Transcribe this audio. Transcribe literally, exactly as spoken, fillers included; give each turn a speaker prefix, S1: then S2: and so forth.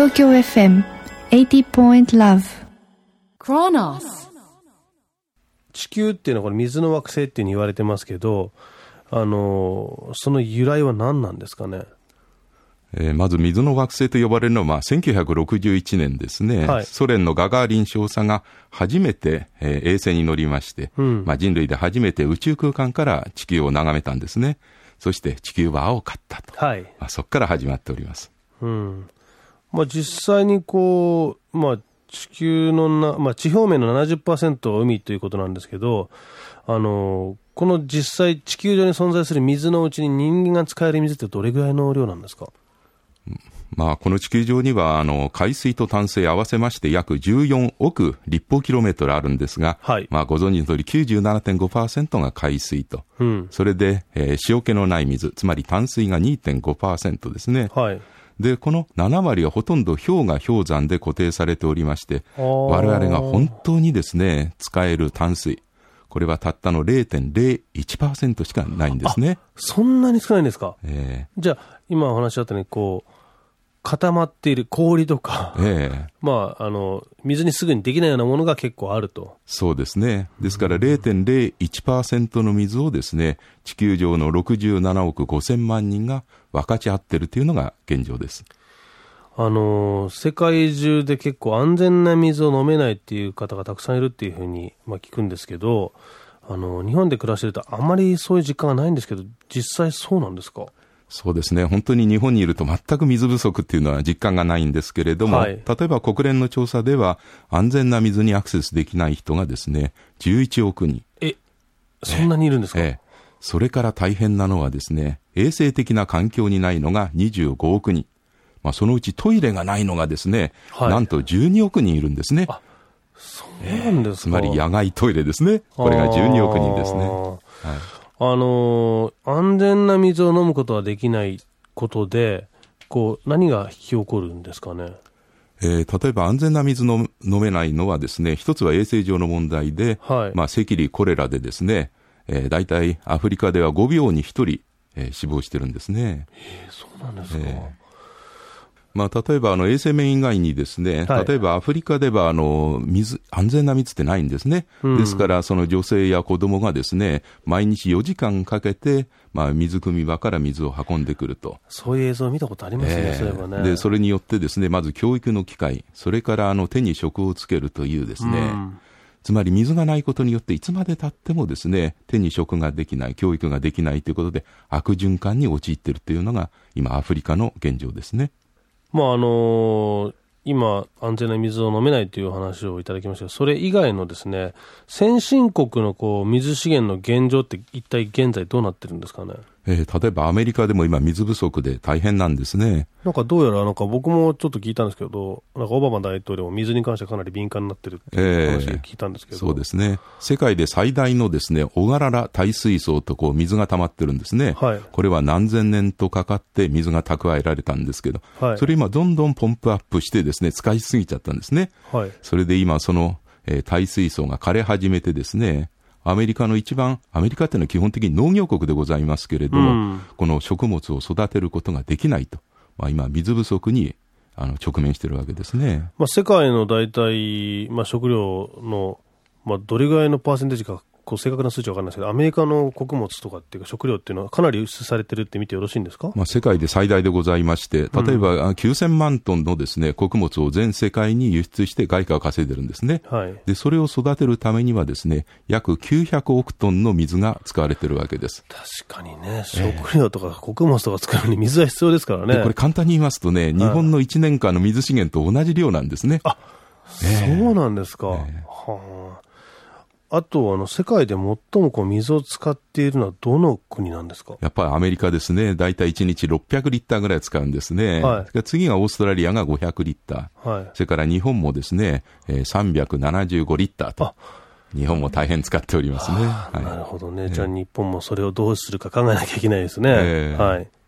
S1: 東京 エフエム はちじゅうてんきゅう Love
S2: クロノス。
S3: 地球っていうのはこれ水の惑星っていうに言われてますけど、あのその由来は何なんですかね。
S4: えー、まず水の惑星と呼ばれるのは、まあ、せんきゅうひゃくろくじゅういちねんですね、はい、ソ連のガガーリン少佐が初めて、えー、衛星に乗りまして、うんまあ、人類で初めて宇宙空間から地球を眺めたんですね。そして地球は青かったと、はいまあ、そこから始まっております。
S3: うんまあ、実際にこう、まあ、地球のな、まあ、地表面の ななじゅっパーセント は海ということなんですけど、あのこの実際地球上に存在する水のうちに人間が使える水ってどれぐらいの量なんですか。
S4: まあ、この地球上にはあの海水と淡水合わせまして約じゅうよんおく立方キロメートルあるんですが、はいまあ、ご存知の通り きゅうじゅうななてんごパーセント が海水と、うん、それで、えー、塩気のない水、つまり淡水が にてんごパーセント ですね、はい、でこのななわりはほとんど氷が氷山で固定されておりまして、我々が本当にですね使える淡水、これはたったの れいてんれいいちパーセント しかないんですね。
S3: そんなに少ないんですか。えー、じゃあ今お話しあったようにこう固まっている氷とか、ええまあ、あの水にすぐにできないようなものが結構あると。
S4: そうですね。ですから れいてんれいいちパーセント の水をですね地球上のろくじゅうななおくごせんまんにんが分かち合っているというのが現状です。
S3: あの世界中で結構安全な水を飲めないっていう方がたくさんいるっていうふうに、まあ、聞くんですけど、あの日本で暮らしているとあんまりそういう実感がないんですけど、実際そうなんですか。
S4: そうですね。本当に日本にいると全く水不足っていうのは実感がないんですけれども、はい、例えば国連の調査では安全な水にアクセスできない人がですねじゅういちおくにん。
S3: え、そんなにいるんですか。ええ、
S4: それから大変なのはですね衛生的な環境にないのがにじゅうごおくにん、まあ、そのうちトイレがないのがですね、はい、なんとじゅうにおくにんいるんですね。
S3: あ、そうなんですか。
S4: つまり野外トイレですね。これがじゅうにおくにんですね。はい、
S3: あのー、安全な水を飲むことはできないことでこう何が引き起こるんですかね。
S4: えー、例えば安全な水の飲めないのはですね、一つは衛生上の問題で、はいまあ、赤痢コレラでですね、えー、大体アフリカではごびょうにひとり、えー、死亡してるんですね。
S3: えー、そうなんですか。えー
S4: まあ、例えばあの衛生面以外にですね、はい、例えばアフリカではあの水安全な水ってないんですね、うん、ですからその女性や子供がですね毎日よじかんかけて、まあ、水汲み場から水を運んでくると。
S3: そういう映像を見たことありますね、えー、そういえばね。
S4: でそれによってですねまず教育の機会、それからあの手に職をつけるというですね、うんつまり水がないことによっていつまで経ってもですね手に職ができない、教育ができないということで悪循環に陥っているというのが今アフリカの現状ですね。
S3: まああのー、今安全な水を飲めないという話をいただきましたが、それ以外のですね先進国のこう水資源の現状って一体現在どうなってるんですかね。
S4: えー、例えばアメリカでも今水不足で大変なんですね。
S3: なんかどうやらなんか僕もちょっと聞いたんですけど、なんかオバマ大統領も水に関してかなり敏感になってるっていう話を聞いたんですけど、
S4: えー、そうですね。世界で最大のですねオガララ大水槽とこう水が溜まってるんですね、はい、これは何千年とかかって水が蓄えられたんですけど、はい、それ今どんどんポンプアップしてですね使いすぎちゃったんですね、はい、それで今その、えー、大水槽が枯れ始めてですね、アメリカの一番、アメリカっていうのは基本的に農業国でございますけれども、うん、この食物を育てることができないと、まあ、今水不足にあの直面しているわけですね。
S3: まあ、世界の大体、まあ、食料の、まあ、どれぐらいのパーセンテージかこう正確な数値は分からないですけど、アメリカの穀物とかっていうか食料っていうのはかなり輸出されてるって見てよろしいんですか。
S4: まあ、世界で最大でございまして、例えばきゅうせんまんトンのですね穀物を全世界に輸出して外貨を稼いでるんですね、はい、でそれを育てるためにはですね約きゅうひゃくおくトンの水が使われているわけです。
S3: 確かにね、食料とか穀物とか作るのに水は必要ですからね、
S4: でこれ簡単に言いますとね、日本のいちねんかんの水資源と同じ量なんですね。
S3: あ、そうなんですか、えーはあ。あとあの世界で最もこう水を使っているのはどの国なんですか。
S4: やっぱりアメリカですね。だいたいいちにちろっぴゃくリッターぐらい使うんですね、はい、次がオーストラリアがごひゃくリッター、はい、それから日本もですね、えー、さんびゃくななじゅうごリッターと、日本も大変使っておりますね、
S3: はい、なるほどね、えー、じゃあ日本もそれをどうするか考えなきゃいけないですね、えーはい